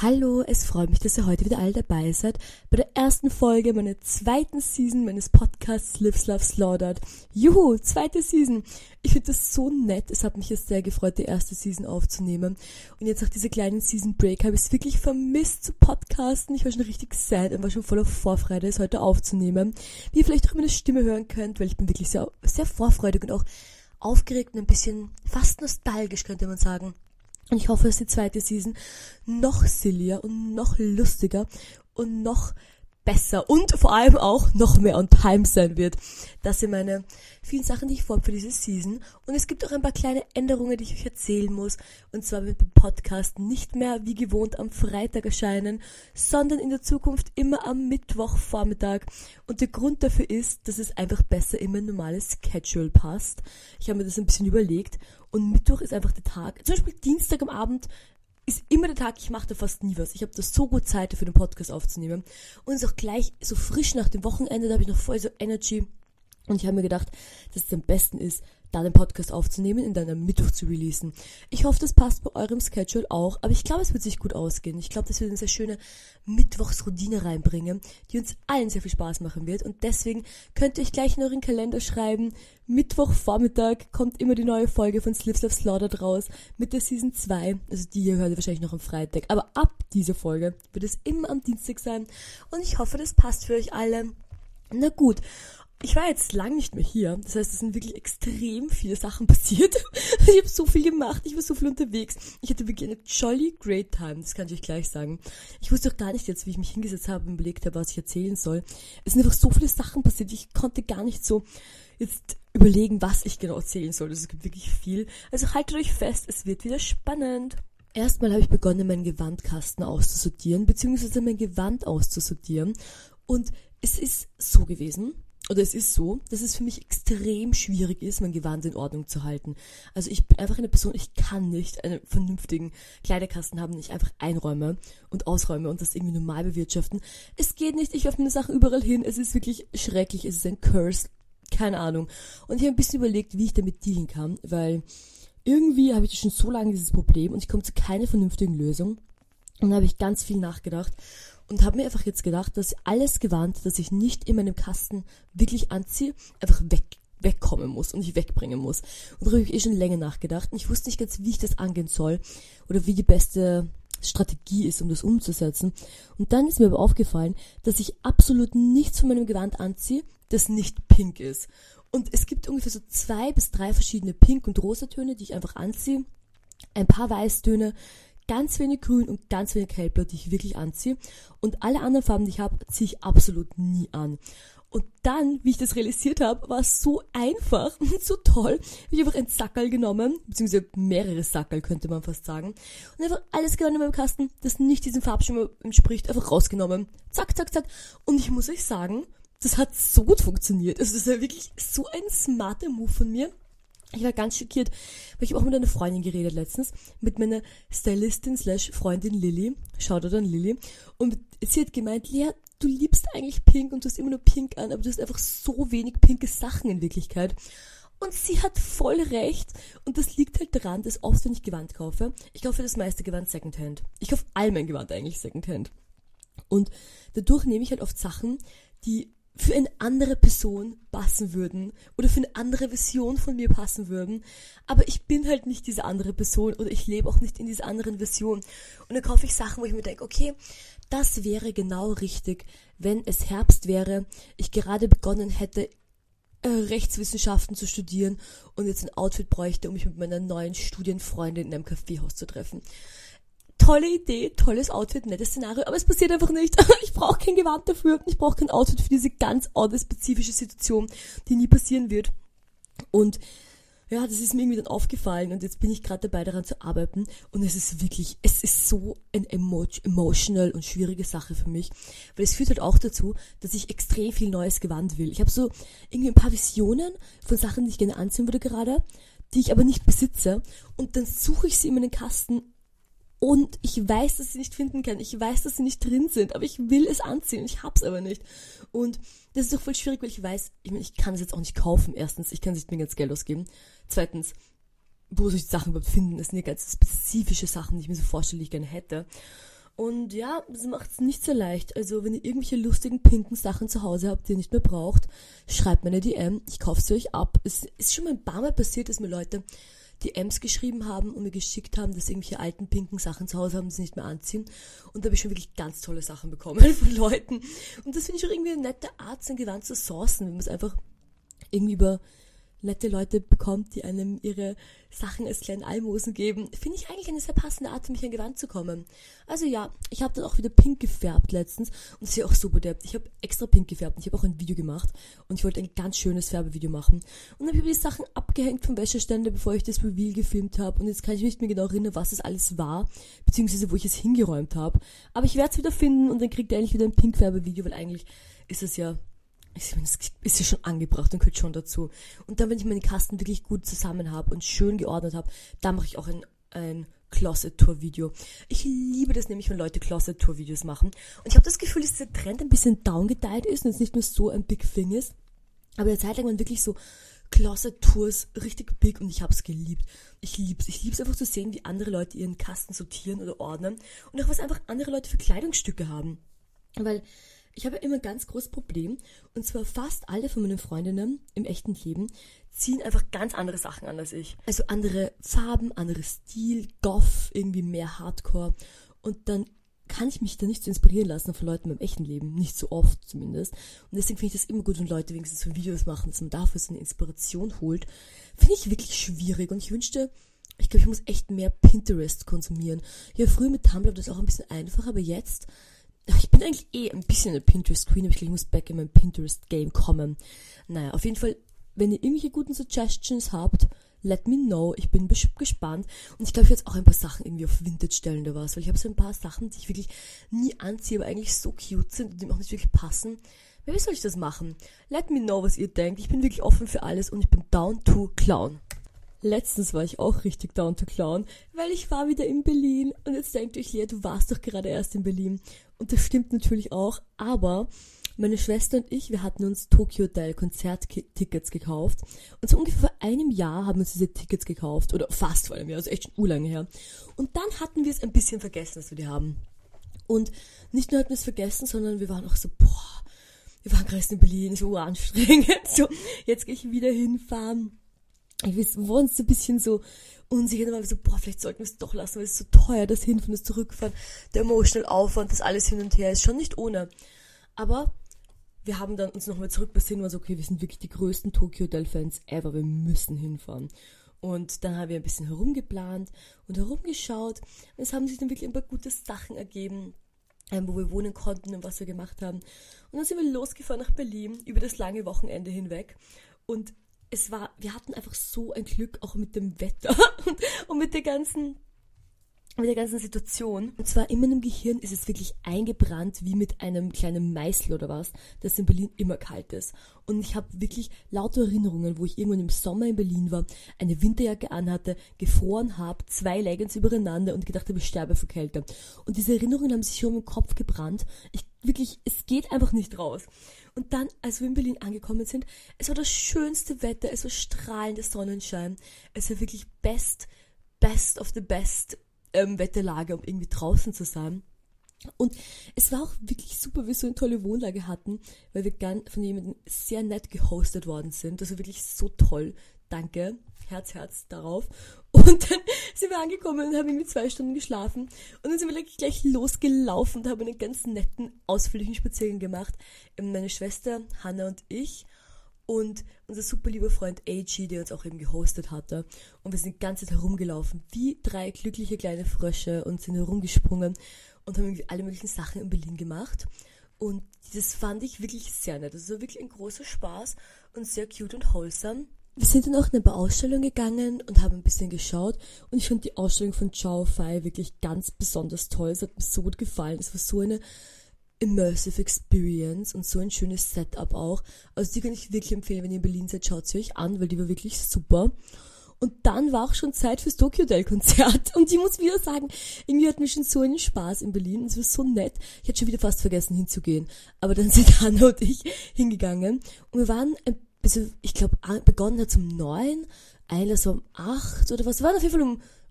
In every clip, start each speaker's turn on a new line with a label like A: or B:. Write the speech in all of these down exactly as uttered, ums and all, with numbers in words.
A: Hallo, es freut mich, dass ihr heute wieder alle dabei seid bei der ersten Folge meiner zweiten Season meines Podcasts Live, Love, Slaughtered. Juhu, zweite Season. Ich finde das so nett. Es hat mich jetzt sehr gefreut, die erste Season aufzunehmen. Und jetzt nach dieser kleinen Season Break habe ich es wirklich vermisst zu podcasten. Ich war schon richtig sad und war schon voller Vorfreude, es heute aufzunehmen. Wie ihr vielleicht auch meine Stimme hören könnt, weil ich bin wirklich sehr, sehr vorfreudig und auch aufgeregt und ein bisschen fast nostalgisch, könnte man sagen. Und ich hoffe, dass die zweite Season noch sillier und noch lustiger und noch besser und vor allem auch noch mehr on time sein wird. Das sind meine vielen Sachen, die ich vorhabe für diese Season. Und es gibt auch ein paar kleine Änderungen, die ich euch erzählen muss. Und zwar wird der Podcast nicht mehr wie gewohnt am Freitag erscheinen, sondern in der Zukunft immer am Mittwochvormittag. Und der Grund dafür ist, dass es einfach besser in mein normales Schedule passt. Ich habe mir das ein bisschen überlegt. Und Mittwoch ist einfach der Tag. Zum Beispiel Dienstag am Abend ist immer der Tag, ich mache da fast nie was. Ich habe da so gut Zeit dafür, den Podcast aufzunehmen. Und es ist auch gleich so frisch nach dem Wochenende, da habe ich noch voll so Energy. Und ich habe mir gedacht, dass es am besten ist, da den Podcast aufzunehmen und dann am Mittwoch zu releasen. Ich hoffe, das passt bei eurem Schedule auch, aber ich glaube, es wird sich gut ausgehen. Ich glaube, das wird eine sehr schöne Mittwochsroutine reinbringen, die uns allen sehr viel Spaß machen wird. Und deswegen könnt ihr euch gleich in euren Kalender schreiben, Mittwochvormittag kommt immer die neue Folge von Live, Love, Slaughtered raus mit der Season zwei. Also die hier hört ihr wahrscheinlich noch am Freitag. Aber ab dieser Folge wird es immer am Dienstag sein. Und ich hoffe, das passt für euch alle. Na gut. Ich war jetzt lang nicht mehr hier, das heißt, es sind wirklich extrem viele Sachen passiert. Ich habe so viel gemacht, ich war so viel unterwegs. Ich hatte wirklich eine jolly great time, das kann ich euch gleich sagen. Ich wusste auch gar nicht jetzt, wie ich mich hingesetzt habe und überlegt habe, was ich erzählen soll. Es sind einfach so viele Sachen passiert, ich konnte gar nicht so jetzt überlegen, was ich genau erzählen soll. Es gibt wirklich viel. Also haltet euch fest, es wird wieder spannend. Erstmal habe ich begonnen, meinen Gewandkasten auszusortieren, beziehungsweise mein Gewand auszusortieren. Und es ist so gewesen, oder es ist so, dass es für mich extrem schwierig ist, mein Gewand in Ordnung zu halten. Also ich bin einfach eine Person, ich kann nicht einen vernünftigen Kleiderkasten haben, den ich einfach einräume und ausräume und das irgendwie normal bewirtschaften. Es geht nicht, ich werfe meine Sachen überall hin, es ist wirklich schrecklich, es ist ein Curse, keine Ahnung. Und ich habe ein bisschen überlegt, wie ich damit dealen kann, weil irgendwie habe ich schon so lange dieses Problem und ich komme zu keiner vernünftigen Lösung. Und da habe ich ganz viel nachgedacht. Und habe mir einfach jetzt gedacht, dass alles Gewand, das ich nicht in meinem Kasten wirklich anziehe, einfach weg, wegkommen muss und ich wegbringen muss. Und darüber habe ich eh schon länger nachgedacht. Und ich wusste nicht ganz, wie ich das angehen soll oder wie die beste Strategie ist, um das umzusetzen. Und dann ist mir aber aufgefallen, dass ich absolut nichts von meinem Gewand anziehe, das nicht pink ist. Und es gibt ungefähr so zwei bis drei verschiedene Pink- und Rosatöne, die ich einfach anziehe. Ein paar Weißtöne, ganz wenig Grün und ganz wenig Hellblau, die ich wirklich anziehe. Und alle anderen Farben, die ich habe, ziehe ich absolut nie an. Und dann, wie ich das realisiert habe, war es so einfach und so toll. Habe ich einfach ein Sackerl genommen, beziehungsweise mehrere Sackerl, könnte man fast sagen. Und einfach alles genommen in meinem Kasten, das nicht diesem Farbschema entspricht, einfach rausgenommen. Zack, zack, zack. Und ich muss euch sagen, das hat so gut funktioniert. Also das war wirklich so ein smarter Move von mir. Ich war ganz schockiert, weil ich habe auch mit einer Freundin geredet letztens, mit meiner Stylistin slash Freundin Lilly, Shoutout an Lilly, und sie hat gemeint, Lea, du liebst eigentlich Pink und du hast immer nur Pink an, aber du hast einfach so wenig pinke Sachen in Wirklichkeit. Und sie hat voll recht und das liegt halt daran, dass oft, wenn ich Gewand kaufe, ich kaufe das meiste Gewand Secondhand. Ich kaufe all mein Gewand eigentlich Secondhand. Und dadurch nehme ich halt oft Sachen, die für eine andere Person passen würden oder für eine andere Version von mir passen würden. Aber ich bin halt nicht diese andere Person oder ich lebe auch nicht in dieser anderen Version. Und dann kaufe ich Sachen, wo ich mir denke, okay, das wäre genau richtig, wenn es Herbst wäre, ich gerade begonnen hätte, äh, Rechtswissenschaften zu studieren und jetzt ein Outfit bräuchte, um mich mit meiner neuen Studienfreundin in einem Kaffeehaus zu treffen. Tolle Idee, tolles Outfit, nettes Szenario, aber es passiert einfach nicht. Ich brauche kein Gewand dafür, ich brauche kein Outfit für diese ganz odd spezifische Situation, die nie passieren wird. Und ja, das ist mir irgendwie dann aufgefallen und jetzt bin ich gerade dabei, daran zu arbeiten und es ist wirklich, es ist so eine emo- emotional und schwierige Sache für mich, weil es führt halt auch dazu, dass ich extrem viel neues Gewand will. Ich habe so irgendwie ein paar Visionen von Sachen, die ich gerne anziehen würde gerade, die ich aber nicht besitze und dann suche ich sie in meinen Kasten. Und ich weiß, dass ich sie nicht finden kann. Ich weiß, dass sie nicht drin sind. Aber ich will es anziehen. Ich hab's aber nicht. Und das ist doch voll schwierig, weil ich weiß, ich meine, ich kann es jetzt auch nicht kaufen. Erstens, ich kann nicht mir ganz Geld ausgeben. Zweitens, wo soll ich die Sachen überhaupt finden? Das sind ja ganz spezifische Sachen, die ich mir so vorstelle, die ich gerne hätte. Und ja, das macht es nicht so leicht. Also wenn ihr irgendwelche lustigen, pinken Sachen zu Hause habt, die ihr nicht mehr braucht, schreibt mir eine D M, ich kaufe sie euch ab. Es ist schon mal ein paar Mal passiert, dass mir Leute D Ms geschrieben haben und mir geschickt haben, dass sie irgendwelche alten, pinken Sachen zu Hause haben, die sie nicht mehr anziehen. Und da habe ich schon wirklich ganz tolle Sachen bekommen von Leuten. Und das finde ich auch irgendwie eine nette Art, sein Gewand zu sourcen, wenn man es einfach irgendwie über nette Leute bekommt, die einem ihre Sachen als kleinen Almosen geben, finde ich eigentlich eine sehr passende Art, für mich an Gewand zu kommen. Also ja, ich habe dann auch wieder pink gefärbt letztens und das ist ja auch super deppt. Ich habe extra pink gefärbt und ich habe auch ein Video gemacht und ich wollte ein ganz schönes Färbevideo machen. Und dann habe ich die Sachen abgehängt vom Wäscheständer, bevor ich das Reveal gefilmt habe und jetzt kann ich mich nicht mehr genau erinnern, was das alles war, beziehungsweise wo ich es hingeräumt habe. Aber ich werde es wieder finden und dann kriegt ihr eigentlich wieder ein pink Färbevideo, weil eigentlich ist es ja Ich meine, das ist ja schon angebracht und gehört schon dazu. Und dann, wenn ich meine Kasten wirklich gut zusammen habe und schön geordnet habe, dann mache ich auch ein, ein Closet-Tour-Video. Ich liebe das nämlich, wenn Leute Closet-Tour-Videos machen. Und ich habe das Gefühl, dass dieser Trend ein bisschen downgedeiht ist und es nicht mehr so ein Big Thing ist. Aber eine Zeit lang waren wirklich so Closet-Tours richtig big und ich habe es geliebt. Ich liebe es. Ich liebe es einfach zu sehen, wie andere Leute ihren Kasten sortieren oder ordnen und auch was einfach andere Leute für Kleidungsstücke haben. Weil ich habe immer ein ganz großes Problem, und zwar fast alle von meinen Freundinnen im echten Leben ziehen einfach ganz andere Sachen an als ich. Also andere Farben, anderes Stil, Goth, irgendwie mehr Hardcore. Und dann kann ich mich da nicht so inspirieren lassen von Leuten im echten Leben, nicht so oft zumindest. Und deswegen finde ich das immer gut, wenn Leute wenigstens so Videos machen, dass man dafür so eine Inspiration holt. Finde ich wirklich schwierig und ich wünschte, ich glaube, ich muss echt mehr Pinterest konsumieren. Ja, früher mit Tumblr war das auch ein bisschen einfacher, aber jetzt... Ich bin eigentlich eh ein bisschen eine Pinterest-Queen, aber ich glaube, ich muss back in mein Pinterest-Game kommen. Naja, auf jeden Fall, wenn ihr irgendwelche guten Suggestions habt, let me know. Ich bin gespannt. Und ich glaube, ich werde jetzt auch ein paar Sachen irgendwie auf Vintage stellen oder was, weil ich habe so ein paar Sachen, die ich wirklich nie anziehe, aber eigentlich so cute sind und die mir auch nicht wirklich passen. Wie soll ich das machen? Let me know, was ihr denkt. Ich bin wirklich offen für alles und ich bin down to clown. Letztens war ich auch richtig down to clown, weil ich war wieder in Berlin und jetzt denkt euch, Lea, du warst doch gerade erst in Berlin. Und das stimmt natürlich auch, aber meine Schwester und ich, wir hatten uns Tokyo Hotel Konzerttickets gekauft und so ungefähr vor einem Jahr haben wir uns diese Tickets gekauft, oder fast vor einem Jahr, also echt schon urlange her. Und dann hatten wir es ein bisschen vergessen, dass wir die haben. Und nicht nur hatten wir es vergessen, sondern wir waren auch so, boah, wir waren gerade in Berlin, so anstrengend, so, jetzt gehe ich wieder hinfahren. Ich weiß, wir waren so ein bisschen so unsicher, dann waren wir so, boah, vielleicht sollten wir es doch lassen, weil es ist so teuer, das Hinfahren, das Zurückfahren, der emotional Aufwand, das alles hin und her ist schon nicht ohne. Aber wir haben dann uns nochmal zurückbesinnen und waren so, okay, wir sind wirklich die größten Tokyo Hotel Fans ever, wir müssen hinfahren. Und dann haben wir ein bisschen herumgeplant und herumgeschaut und es haben sich dann wirklich ein paar gute Sachen ergeben, ähm, wo wir wohnen konnten und was wir gemacht haben. Und dann sind wir losgefahren nach Berlin über das lange Wochenende hinweg und es war, wir hatten einfach so ein Glück auch mit dem Wetter und, und mit der ganzen, mit der ganzen Situation. Und zwar in meinem Gehirn ist es wirklich eingebrannt wie mit einem kleinen Meißel oder was, dass in Berlin immer kalt ist. Und ich habe wirklich lauter Erinnerungen, wo ich irgendwann im Sommer in Berlin war, eine Winterjacke anhatte, gefroren habe, zwei Leggings übereinander und gedacht habe, ich sterbe vor Kälte. Und diese Erinnerungen haben sich schon im Kopf gebrannt. Ich wirklich, es geht einfach nicht raus. Und dann, als wir in Berlin angekommen sind, es war das schönste Wetter, es war strahlender Sonnenschein. Es war wirklich best, best of the best ähm, Wetterlage, um irgendwie draußen zu sein. Und es war auch wirklich super, wie wir so eine tolle Wohnlage hatten, weil wir ganz von jemandem sehr nett gehostet worden sind. Also wirklich so toll. Danke. Herz, Herz darauf. Und dann sind wir angekommen und haben irgendwie zwei Stunden geschlafen. Und dann sind wir gleich losgelaufen und haben einen ganz netten, ausführlichen Spaziergang gemacht. Meine Schwester, Hannah und ich und unser super lieber Freund A G, der uns auch eben gehostet hatte. Und wir sind die ganze Zeit herumgelaufen, wie drei glückliche kleine Frösche und sind herumgesprungen und haben irgendwie alle möglichen Sachen in Berlin gemacht. Und das fand ich wirklich sehr nett. Also wirklich ein großer Spaß und sehr cute und wholesome. Wir sind dann auch in ein paar Ausstellungen gegangen und haben ein bisschen geschaut und ich fand die Ausstellung von Chow Fai wirklich ganz besonders toll. Es hat mir so gut gefallen. Es war so eine immersive Experience und so ein schönes Setup auch. Also die kann ich wirklich empfehlen, wenn ihr in Berlin seid, schaut sie euch an, weil die war wirklich super. Und dann war auch schon Zeit fürs Tokyo Hotel Konzert. Und ich muss wieder sagen, irgendwie hatten wir schon so einen Spaß in Berlin. Und es war so nett. Ich hätte schon wieder fast vergessen hinzugehen. Aber dann sind Hannah und ich hingegangen. Und wir waren, also ich glaube, begonnen hat um neun, Einlass um acht oder was. Wir waren auf jeden Fall um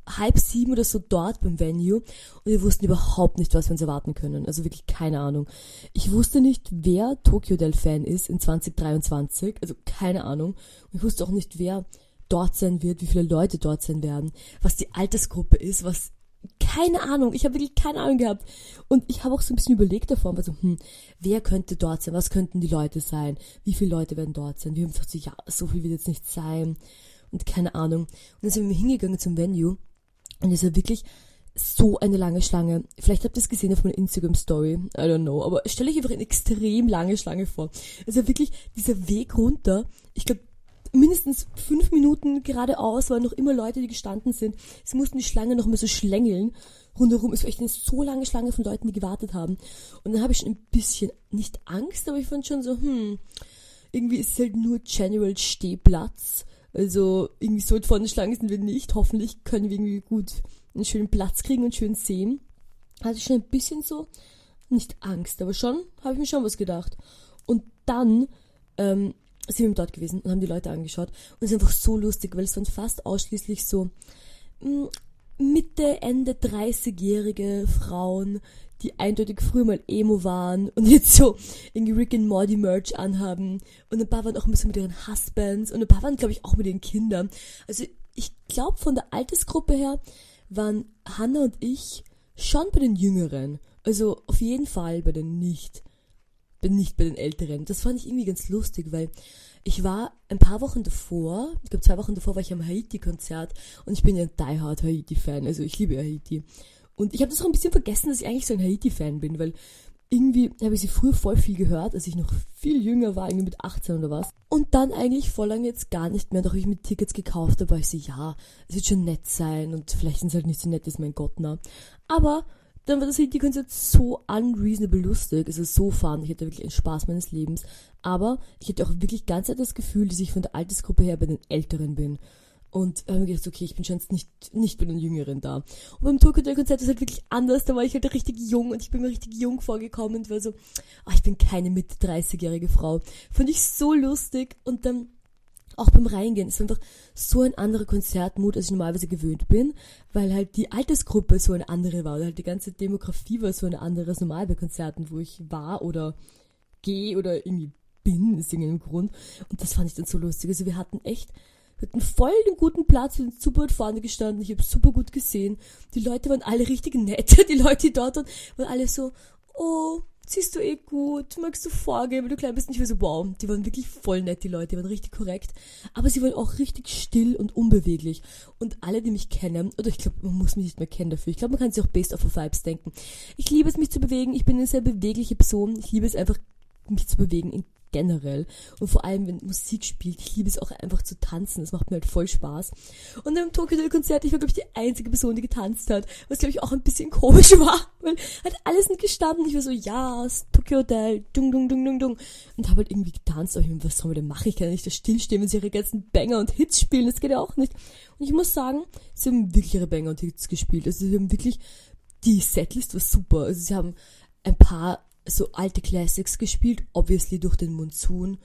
A: halb sieben oder so dort beim Venue und wir wussten überhaupt nicht, was wir uns erwarten können. Also wirklich keine Ahnung. Ich wusste nicht, wer Tokyo Hotel Fan ist in zwanzig dreiundzwanzig, also keine Ahnung. Und ich wusste auch nicht, wer dort sein wird, wie viele Leute dort sein werden, was die Altersgruppe ist, was, keine Ahnung. Ich habe wirklich keine Ahnung gehabt. Und ich habe auch so ein bisschen überlegt davor, also, hm, wer könnte dort sein, was könnten die Leute sein, wie viele Leute werden dort sein. Wir haben gesagt, ja, so viel wird jetzt nicht sein und keine Ahnung. Und dann sind wir hingegangen zum Venue. Und es war wirklich so eine lange Schlange. Vielleicht habt ihr es gesehen auf meiner Instagram-Story. I don't know. Aber stell euch einfach eine extrem lange Schlange vor. Es war wirklich dieser Weg runter. Ich glaube, mindestens fünf Minuten geradeaus waren noch immer Leute, die gestanden sind. Sie mussten die Schlange noch mal so schlängeln. Rundherum. Es war echt eine so lange Schlange von Leuten, die gewartet haben. Und dann habe ich schon ein bisschen, nicht Angst, aber ich fand schon so, hm, irgendwie ist es halt nur General Stehplatz. Also irgendwie so weit vorne Schlange sind wir nicht. Hoffentlich können wir irgendwie gut einen schönen Platz kriegen und schön sehen. Hatte ich schon ein bisschen so, nicht Angst, aber schon, habe ich mir schon was gedacht. Und dann ähm, sind wir dort gewesen und haben die Leute angeschaut. Und es ist einfach so lustig, weil es waren fast ausschließlich so mh, Mitte, Ende dreißigjährige Frauen, die eindeutig früher mal Emo waren und jetzt so irgendwie Rick and Morty Merch anhaben. Und ein paar waren auch ein bisschen mit ihren Husbands und ein paar waren, glaube ich, auch mit ihren Kindern. Also ich glaube, von der Altersgruppe her waren Hannah und ich schon bei den Jüngeren. Also auf jeden Fall bei den nicht, bin nicht bei den Älteren. Das fand ich irgendwie ganz lustig, weil ich war ein paar Wochen davor, ich glaube zwei Wochen davor war ich am Haiti-Konzert und ich bin ja ein die-hard Haiti-Fan, also ich liebe Haiti. Und ich habe das auch ein bisschen vergessen, dass ich eigentlich so ein Haiti-Fan bin, weil irgendwie habe ich sie früher voll viel gehört, als ich noch viel jünger war, irgendwie mit achtzehn oder was. Und dann eigentlich voll lange jetzt gar nicht mehr, doch habe ich mir Tickets gekauft, da war ich so, ja, es wird schon nett sein und vielleicht sind es halt nicht so nett, ist mein Gott, na. Aber dann war das Haiti-Konzert so unreasonable lustig, also so fun, ich hatte wirklich einen Spaß meines Lebens. Aber ich hatte auch wirklich ganz das Gefühl, dass ich von der Altersgruppe her bei den Älteren bin. Und habe mir gedacht, okay, ich bin schon jetzt nicht, nicht bei den Jüngeren da. Und beim Tokyo Hotel Konzert ist halt wirklich anders, da war ich halt richtig jung und ich bin mir richtig jung vorgekommen und war so, ah, ich bin keine Mitte dreißigjährige Frau. Fand ich so lustig und dann auch beim Reingehen, es war einfach so ein anderer Konzertmut, als ich normalerweise gewöhnt bin, weil halt die Altersgruppe so eine andere war, oder halt die ganze Demografie war so eine andere als normal bei Konzerten, wo ich war oder gehe oder irgendwie bin, ist irgendein Grund. Und das fand ich dann so lustig. Also wir hatten echt, wir hatten voll den guten Platz, wir sind super weit vorne gestanden, ich habe super gut gesehen. Die Leute waren alle richtig nett, die Leute, die dort waren, waren alle so, oh, siehst du eh gut, magst du vorgehen, weil du klein bist. Und ich war so, wow, die waren wirklich voll nett, die Leute, die waren richtig korrekt. Aber sie waren auch richtig still und unbeweglich. Und alle, die mich kennen, oder ich glaube, man muss mich nicht mehr kennen dafür, ich glaube, man kann sich auch based off of Vibes denken. Ich liebe es, mich zu bewegen, ich bin eine sehr bewegliche Person, ich liebe es einfach, mich zu bewegen in generell. Und vor allem, wenn Musik spielt, ich liebe es auch einfach zu tanzen. Das macht mir halt voll Spaß. Und im Tokyo Hotel Konzert, ich war, glaube ich, die einzige Person, die getanzt hat. Was, glaube ich, auch ein bisschen komisch war. Weil halt alles nicht gestanden. Ich war so, ja, Tokyo Hotel, dung, dung, dung, dung, dung. Und habe halt irgendwie getanzt. Aber ich meine, was soll man denn machen? Ich kann ja nicht da stillstehen, wenn sie ihre ganzen Banger und Hits spielen. Das geht ja auch nicht. Und ich muss sagen, sie haben wirklich ihre Banger und Hits gespielt. Also sie haben wirklich, die Setlist war super. Also sie haben ein paar so alte Classics gespielt, obviously durch den Monsun.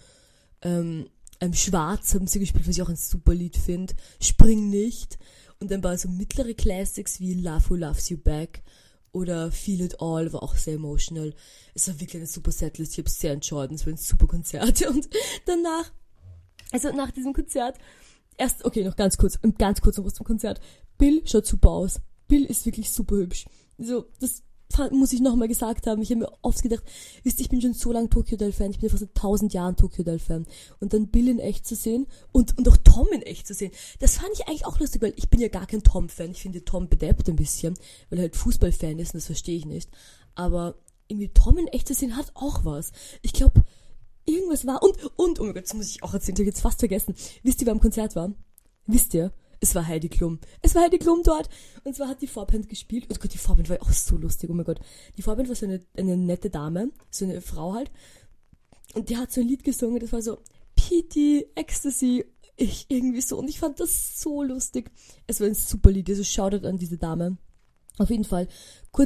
A: Ähm, ähm, Schwarz haben sie gespielt, was ich auch ein super Lied finde. Spring nicht. Und dann waren so mittlere Classics wie Love Who Loves You Back oder Feel It All, war auch sehr emotional. Es war wirklich eine super Setlist, ich habe es sehr enjoyed, es war ein super Konzert. Und danach, also nach diesem Konzert, erst, okay, noch ganz kurz, ganz kurz noch was zum Konzert. Bill schaut super aus. Bill ist wirklich super hübsch. So, das muss ich nochmal gesagt haben. Ich habe mir oft gedacht, wisst ihr, ich bin schon so lange Tokyo Hotel Fan, ich bin ja fast seit tausend Jahren Tokyo Hotel Fan. Und dann Bill in echt zu sehen und, und auch Tom in echt zu sehen, das fand ich eigentlich auch lustig, weil ich bin ja gar kein Tom-Fan. Ich finde Tom bedeppt ein bisschen, weil er halt Fußballfan ist und das verstehe ich nicht. Aber irgendwie Tom in echt zu sehen hat auch was. Ich glaube, irgendwas war, und, und, oh mein Gott, das muss ich auch erzählen, ich habe jetzt fast vergessen. Wisst ihr, wer am Konzert war? Wisst ihr? Es war Heidi Klum. Es war Heidi Klum dort. Und zwar hat die Vorband gespielt. Oh Gott, die Vorband war auch so lustig. Oh mein Gott. Die Vorband war so eine, eine nette Dame. So eine Frau halt. Und die hat so ein Lied gesungen. Das war so P T, Ecstasy. Ich irgendwie so. Und ich fand das so lustig. Es war ein super Lied. Also Shoutout an diese Dame. Auf jeden Fall. Kurz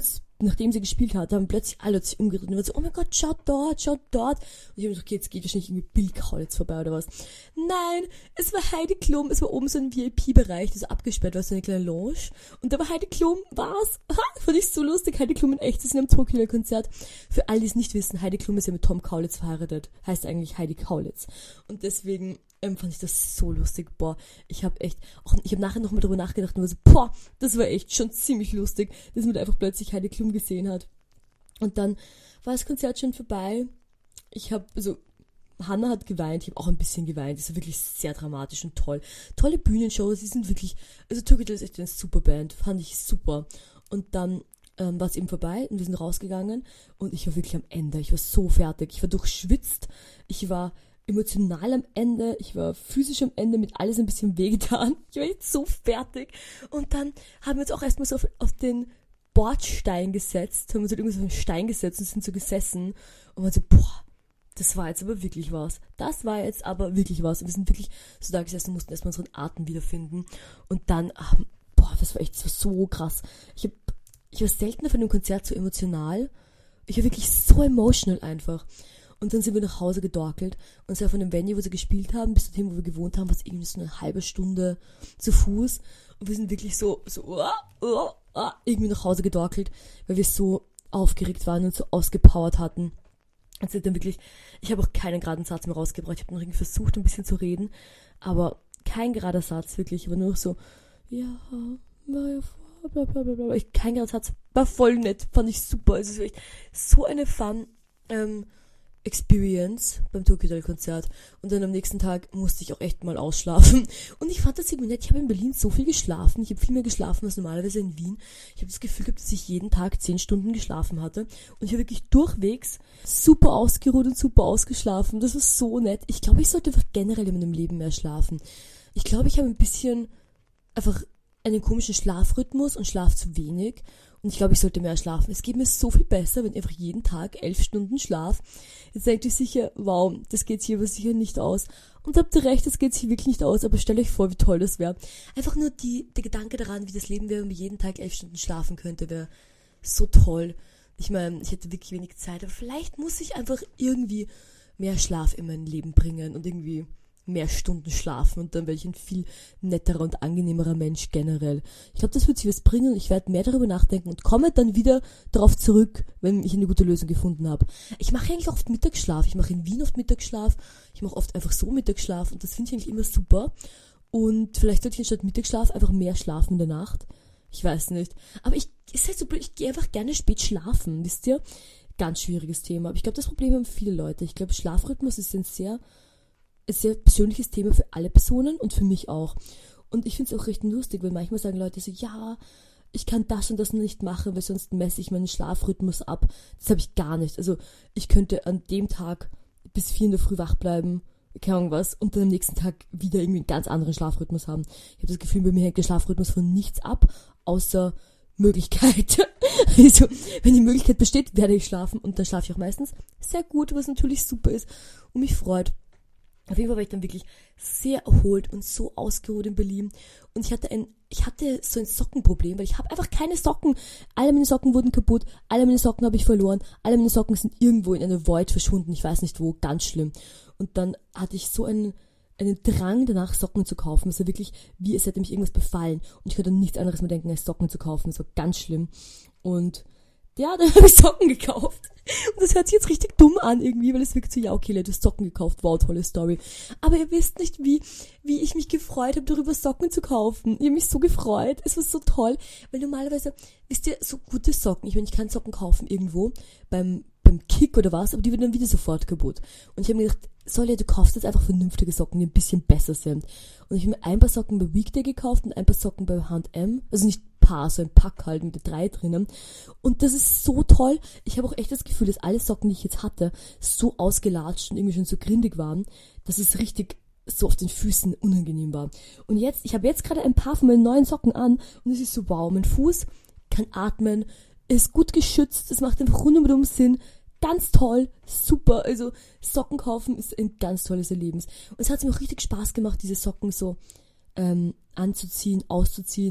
A: nachdem sie gespielt hat, haben plötzlich alle sich umgedreht und waren so, oh mein Gott, schaut dort, schaut dort. Und ich habe gedacht, okay, jetzt geht wahrscheinlich irgendwie Bill Kaulitz vorbei oder was. Nein, es war Heidi Klum, es war oben so ein V I P-Bereich, das so abgesperrt war, so eine kleine Lounge. Und da war Heidi Klum, was? Fand ich so lustig, Heidi Klum in echt zu sehen am Tokyo-Konzert. Für alle, die es nicht wissen, Heidi Klum ist ja mit Tom Kaulitz verheiratet, heißt eigentlich Heidi Kaulitz. Und deswegen ähm, fand ich das so lustig, boah, ich habe echt, auch, ich habe nachher noch mal drüber nachgedacht und war so, boah, das war echt schon ziemlich lustig, dass man da einfach plötzlich Heidi Klum gesehen hat. Und dann war das Konzert schon vorbei. Ich habe, also, Hannah hat geweint, ich habe auch ein bisschen geweint, das war wirklich sehr dramatisch und toll. Tolle Bühnenshows, die sind wirklich, also Tokyo Hotel ist echt eine super Band, fand ich super. Und dann ähm, war es eben vorbei und wir sind rausgegangen und ich war wirklich am Ende, ich war so fertig, ich war durchschwitzt, ich war emotional am Ende, ich war physisch am Ende, mit alles ein bisschen wehgetan. Ich war jetzt so fertig. Und dann haben wir uns auch erstmal so auf, auf den Bordstein gesetzt, haben uns halt irgendwie so auf den Stein gesetzt und sind so gesessen und waren so, boah, das war jetzt aber wirklich was. Das war jetzt aber wirklich was. Und wir sind wirklich so da gesessen und mussten erstmal unseren Atem wiederfinden. Und dann, ach, boah, das war echt das war so krass. Ich, hab, ich war selten auf einem Konzert so emotional. Ich war wirklich so emotional einfach. Und dann sind wir nach Hause gedorkelt und zwar von dem Venue, wo sie gespielt haben, bis zu dem, wo wir gewohnt haben, war es irgendwie so eine halbe Stunde zu Fuß. Und wir sind wirklich so, so, uh, uh, uh, irgendwie nach Hause gedorkelt, weil wir so aufgeregt waren und so ausgepowert hatten. Und sind dann wirklich, ich habe auch keinen geraden Satz mehr rausgebracht. Ich habe noch irgendwie versucht, ein bisschen zu reden, aber kein gerader Satz, wirklich. Aber nur noch so, ja, war ja vor, bla bla bla bla. Ich, kein gerader Satz, war voll nett, fand ich super. Also es war echt so eine Fun, ähm, Experience beim Tokyo Hotel Konzert und dann am nächsten Tag musste ich auch echt mal ausschlafen und ich fand das irgendwie nett, ich habe in Berlin so viel geschlafen, ich habe viel mehr geschlafen als normalerweise in Wien, ich habe das Gefühl gehabt, dass ich jeden Tag zehn Stunden geschlafen hatte und ich habe wirklich durchwegs super ausgeruht und super ausgeschlafen, das war so nett. Ich glaube, ich sollte einfach generell in meinem Leben mehr schlafen. Ich glaube, ich habe ein bisschen einfach einen komischen Schlafrhythmus und schlaf zu wenig. Und ich glaube, ich sollte mehr schlafen. Es geht mir so viel besser, wenn ich einfach jeden Tag elf Stunden schlaf. Jetzt denkt ihr sicher, wow, das geht hier aber sicher nicht aus. Und habt ihr recht, das geht hier wirklich nicht aus. Aber stellt euch vor, wie toll das wäre. Einfach nur die, der Gedanke daran, wie das Leben wäre, wenn man jeden Tag elf Stunden schlafen könnte, wäre so toll. Ich meine, ich hätte wirklich wenig Zeit, aber vielleicht muss ich einfach irgendwie mehr Schlaf in mein Leben bringen und irgendwie mehr Stunden schlafen und dann werde ich ein viel netterer und angenehmerer Mensch generell. Ich glaube, das wird sich was bringen und ich werde mehr darüber nachdenken und komme dann wieder darauf zurück, wenn ich eine gute Lösung gefunden habe. Ich mache eigentlich oft Mittagsschlaf. Ich mache in Wien oft Mittagsschlaf. Ich mache oft einfach so Mittagsschlaf und das finde ich eigentlich immer super. Und vielleicht sollte ich anstatt Mittagsschlaf einfach mehr schlafen in der Nacht. Ich weiß nicht. Aber ich, ist halt so blöd, ich gehe einfach gerne spät schlafen, wisst ihr? Ganz schwieriges Thema. Aber ich glaube, das Problem haben viele Leute. Ich glaube, Schlafrhythmus ist ein sehr ein sehr persönliches Thema für alle Personen und für mich auch. Und ich finde es auch recht lustig, weil manchmal sagen Leute so, ja, ich kann das und das nicht machen, weil sonst messe ich meinen Schlafrhythmus ab. Das habe ich gar nicht. Also ich könnte an dem Tag bis vier in der Früh wach bleiben, keine Ahnung was, und dann am nächsten Tag wieder irgendwie einen ganz anderen Schlafrhythmus haben. Ich habe das Gefühl, bei mir hängt der Schlafrhythmus von nichts ab, außer Möglichkeit. Also, wenn die Möglichkeit besteht, werde ich schlafen und dann schlafe ich auch meistens sehr gut, was natürlich super ist und mich freut. Auf jeden Fall war ich dann wirklich sehr erholt und so ausgeruht in Berlin. Und ich hatte ein, ich hatte so ein Sockenproblem, weil ich habe einfach keine Socken. Alle meine Socken wurden kaputt, alle meine Socken habe ich verloren, alle meine Socken sind irgendwo in eine Void verschwunden, ich weiß nicht wo, ganz schlimm. Und dann hatte ich so einen, einen Drang danach, Socken zu kaufen. Es war wirklich, wie es hätte mich irgendwas befallen. Und ich konnte an nichts anderes mehr denken, als Socken zu kaufen. Das war ganz schlimm. Und ja, dann habe ich Socken gekauft. Und das hört sich jetzt richtig dumm an irgendwie, weil es wirkt so, ja, okay, du hast Socken gekauft, wow, tolle Story. Aber ihr wisst nicht, wie wie ich mich gefreut habe, darüber Socken zu kaufen. Ich habe mich so gefreut, es war so toll, weil normalerweise, wisst ihr, so gute Socken, ich meine, ich kann Socken kaufen irgendwo, beim beim Kick oder was, aber die werden dann wieder sofort kaputt. Und ich habe mir gedacht, Solja, du kaufst jetzt einfach vernünftige Socken, die ein bisschen besser sind. Und ich habe mir ein paar Socken bei Weekday gekauft und ein paar Socken bei H und M, also nicht Paar, so ein Pack halt mit drei drinnen. Und das ist so toll. Ich habe auch echt das Gefühl, dass alle Socken, die ich jetzt hatte, so ausgelatscht und irgendwie schon so grindig waren, dass es richtig so auf den Füßen unangenehm war. Und jetzt, ich habe jetzt gerade ein paar von meinen neuen Socken an und es ist so, wow, mein Fuß kann atmen, ist gut geschützt, es macht einfach rundum Sinn, ganz toll, super, also Socken kaufen ist ein ganz tolles Erlebnis. Und es hat mir auch richtig Spaß gemacht, diese Socken so ähm, anzuziehen, auszuziehen,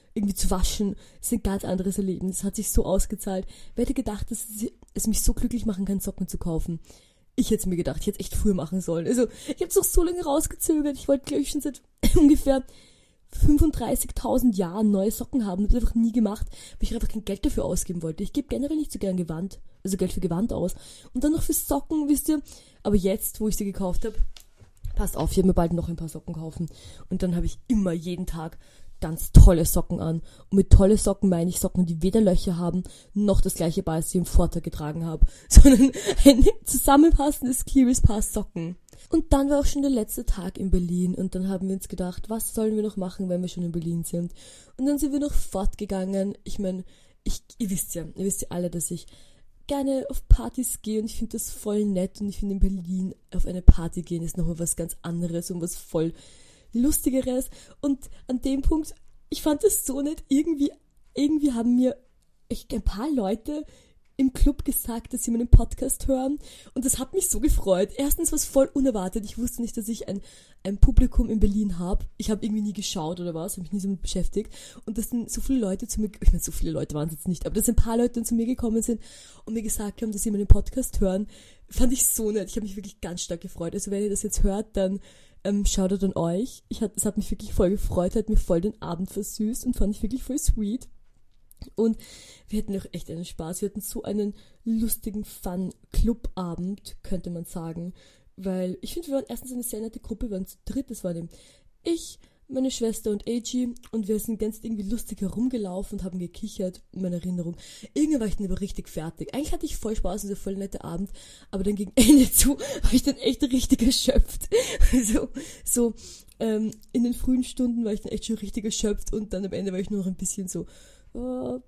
A: irgendwie zu waschen, ist ein ganz anderes Erleben. Das hat sich so ausgezahlt. Wer hätte gedacht, dass es mich so glücklich machen kann, Socken zu kaufen? Ich hätte es mir gedacht, ich hätte es echt früher machen sollen. Also, ich habe es noch so lange rausgezögert. Ich wollte, glaube ich, schon seit ungefähr fünfunddreißigtausend Jahren neue Socken haben. Ich habe das einfach nie gemacht, weil ich einfach kein Geld dafür ausgeben wollte. Ich gebe generell nicht so gern Gewand, also Geld für Gewand aus. Und dann noch für Socken, wisst ihr. Aber jetzt, wo ich sie gekauft habe, passt auf, ich werde mir bald noch ein paar Socken kaufen. Und dann habe ich immer jeden Tag ganz tolle Socken an. Und mit tolle Socken meine ich Socken, die weder Löcher haben, noch das gleiche Paar, als ich im Vortag getragen habe, sondern ein zusammenpassendes, cleares Paar Socken. Und dann war auch schon der letzte Tag in Berlin und dann haben wir uns gedacht, was sollen wir noch machen, wenn wir schon in Berlin sind? Und dann sind wir noch fortgegangen. Ich meine, ich, ihr wisst ja, ihr wisst ja alle, dass ich gerne auf Partys gehe und ich finde das voll nett und ich finde in Berlin auf eine Party gehen ist nochmal was ganz anderes und was voll Lustigeres. Und an dem Punkt, ich fand das so nett, irgendwie, irgendwie haben mir echt ein paar Leute im Club gesagt, dass sie meinen Podcast hören und das hat mich so gefreut. Erstens war es voll unerwartet. Ich wusste nicht, dass ich ein, ein Publikum in Berlin habe. Ich habe irgendwie nie geschaut oder was, habe mich nie so mit beschäftigt und dass dann so viele Leute zu mir, ich meine, so viele Leute waren es jetzt nicht, aber dass ein paar Leute dann zu mir gekommen sind und mir gesagt haben, dass sie meinen Podcast hören, fand ich so nett. Ich habe mich wirklich ganz stark gefreut. Also wenn ihr das jetzt hört, dann ähm, schaut an euch. Ich hat, es hat mich wirklich voll gefreut, hat mir voll den Abend versüßt und fand ich wirklich voll sweet. Und wir hatten auch echt einen Spaß. Wir hatten so einen lustigen Fun-Club-Abend, könnte man sagen. Weil ich finde, wir waren erstens eine sehr nette Gruppe, wir waren zu dritt. Das waren eben ich, meine Schwester und A G. Und wir sind ganz irgendwie lustig herumgelaufen und haben gekichert, in meiner Erinnerung. Irgendwann war ich dann aber richtig fertig. Eigentlich hatte ich voll Spaß und so voll netter Abend. Aber dann gegen Ende zu war ich dann echt richtig erschöpft. so, so ähm, in den frühen Stunden war ich dann echt schon richtig erschöpft. Und dann am Ende war ich nur noch ein bisschen so... Aber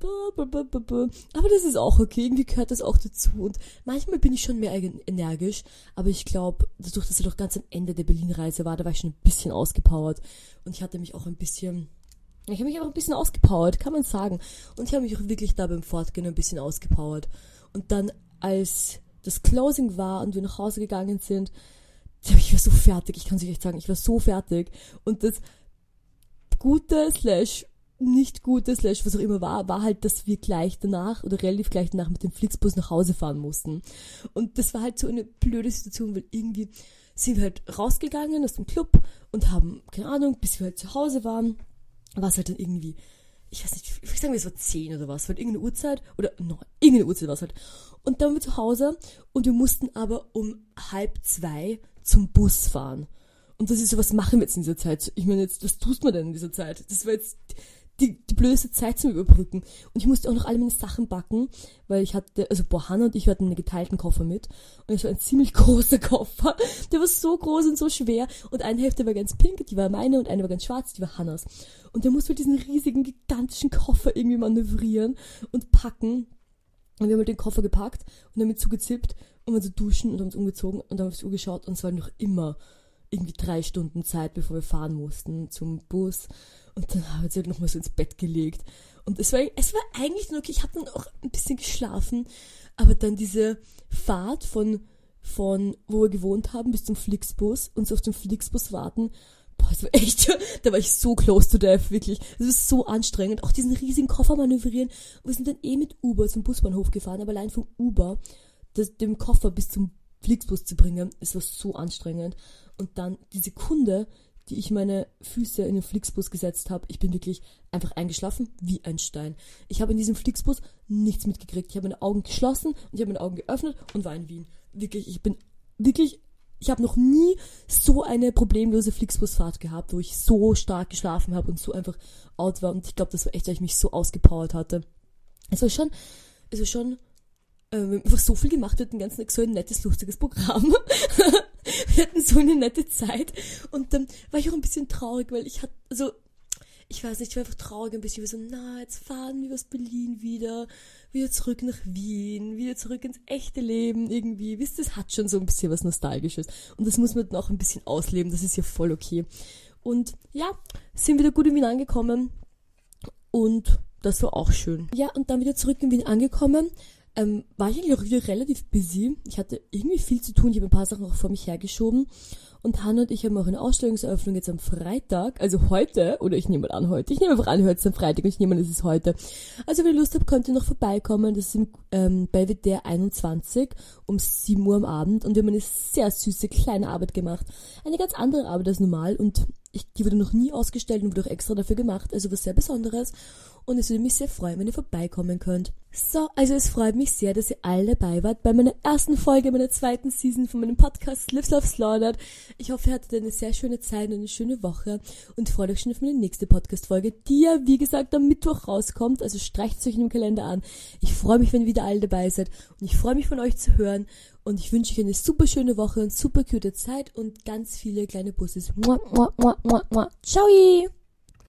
A: das ist auch okay, irgendwie gehört das auch dazu und manchmal bin ich schon mehr energisch, aber ich glaube, dadurch, dass er doch ganz am Ende der Berlin-Reise war, da war ich schon ein bisschen ausgepowert und ich hatte mich auch ein bisschen, ich habe mich auch ein bisschen ausgepowert, kann man sagen, und ich habe mich auch wirklich da beim Fortgehen ein bisschen ausgepowert und dann, als das Closing war und wir nach Hause gegangen sind, ich war so fertig, ich kann es euch echt sagen, ich war so fertig und das Gute slash nicht Gute, slash was auch immer war, war halt, dass wir gleich danach oder relativ gleich danach mit dem Flixbus nach Hause fahren mussten. Und das war halt so eine blöde Situation, weil irgendwie sind wir halt rausgegangen aus dem Club und haben, keine Ahnung, bis wir halt zu Hause waren, war es halt dann irgendwie, ich weiß nicht, ich würde sagen, es war zehn oder was, halt irgendeine Uhrzeit, oder no, irgendeine Uhrzeit war es halt. Und dann waren wir zu Hause und wir mussten aber um halb zwei zum Bus fahren. Und das ist so, was machen wir jetzt in dieser Zeit? Ich meine jetzt, was tust man denn in dieser Zeit? Das war jetzt die, die blödeste Zeit zum Überbrücken. Und ich musste auch noch alle meine Sachen backen, weil ich hatte, also boah, Hannah und ich hatten einen geteilten Koffer mit. Und es war ein ziemlich großer Koffer. Der war so groß und so schwer. Und eine Hälfte war ganz pink, die war meine, und eine war ganz schwarz, die war Hannahs. Und der musste halt diesen riesigen, gigantischen Koffer irgendwie manövrieren und packen. Und wir haben halt den Koffer gepackt und damit zugezippt und waren so duschen und haben uns umgezogen und dann haben wir aufs Uhr geschaut und es war noch immer irgendwie drei Stunden Zeit, bevor wir fahren mussten zum Bus. Und dann haben wir uns halt nochmal so ins Bett gelegt. Und es war, es war eigentlich nur okay, ich habe dann auch ein bisschen geschlafen, aber dann diese Fahrt von, von wo wir gewohnt haben bis zum Flixbus und so auf den Flixbus warten, boah, es war echt, da war ich so close to death, wirklich. Es ist so anstrengend, auch diesen riesigen Koffer manövrieren. Und wir sind dann eh mit Uber zum Busbahnhof gefahren, aber allein vom Uber, das, dem Koffer bis zum Flixbus zu bringen, es war so anstrengend. Und dann die Sekunde, die ich meine Füße in den Flixbus gesetzt habe, ich bin wirklich einfach eingeschlafen wie ein Stein. Ich habe in diesem Flixbus nichts mitgekriegt. Ich habe meine Augen geschlossen und ich habe meine Augen geöffnet und war in Wien. Wirklich, ich bin wirklich, ich habe noch nie so eine problemlose Flixbusfahrt gehabt, wo ich so stark geschlafen habe und so einfach out war. Und ich glaube, das war echt, weil ich mich so ausgepowert hatte. Es war schon, es war schon, äh, wir haben einfach so viel gemacht, wir hatten ganz so ein nettes, lustiges Programm. Wir hatten so eine nette Zeit und dann war ich auch ein bisschen traurig, weil ich hatte, also, ich weiß nicht, ich war einfach traurig ein bisschen, wie so, na, jetzt fahren wir aus Berlin wieder, wieder zurück nach Wien, wieder zurück ins echte Leben irgendwie, wisst ihr, es hat schon so ein bisschen was Nostalgisches und das muss man dann auch ein bisschen ausleben, das ist ja voll okay. Und ja, sind wieder gut in Wien angekommen und das war auch schön. Ja, und dann wieder zurück in Wien angekommen, ähm, war ich eigentlich auch wieder relativ busy. Ich hatte irgendwie viel zu tun, ich habe ein paar Sachen auch vor mich hergeschoben. Und Hannah und ich haben auch eine Ausstellungseröffnung jetzt am Freitag, also heute, oder ich nehme mal an heute, ich nehme einfach an, heute ist am Freitag und ich nehme an, es ist heute. Also wenn ihr Lust habt, könnt ihr noch vorbeikommen, das ist im ähm, Belvedere einundzwanzig um sieben Uhr am Abend und wir haben eine sehr süße kleine Arbeit gemacht. Eine ganz andere Arbeit als normal und ich, die wurde noch nie ausgestellt und wurde auch extra dafür gemacht, also was sehr Besonderes. Und es würde mich sehr freuen, wenn ihr vorbeikommen könnt. So, also es freut mich sehr, dass ihr alle dabei wart bei meiner ersten Folge, meiner zweiten Season von meinem Podcast Lives Love Slaughtered. Ich hoffe, ihr hattet eine sehr schöne Zeit und eine schöne Woche und freut euch schon auf meine nächste Podcast-Folge, die ja, wie gesagt, am Mittwoch rauskommt. Also streicht es euch in dem Kalender an. Ich freue mich, wenn ihr wieder alle dabei seid und ich freue mich, von euch zu hören. Und ich wünsche euch eine super schöne Woche und super cute Zeit und ganz viele kleine Busses. Mua, mua, mua, mua, mua. Ciao!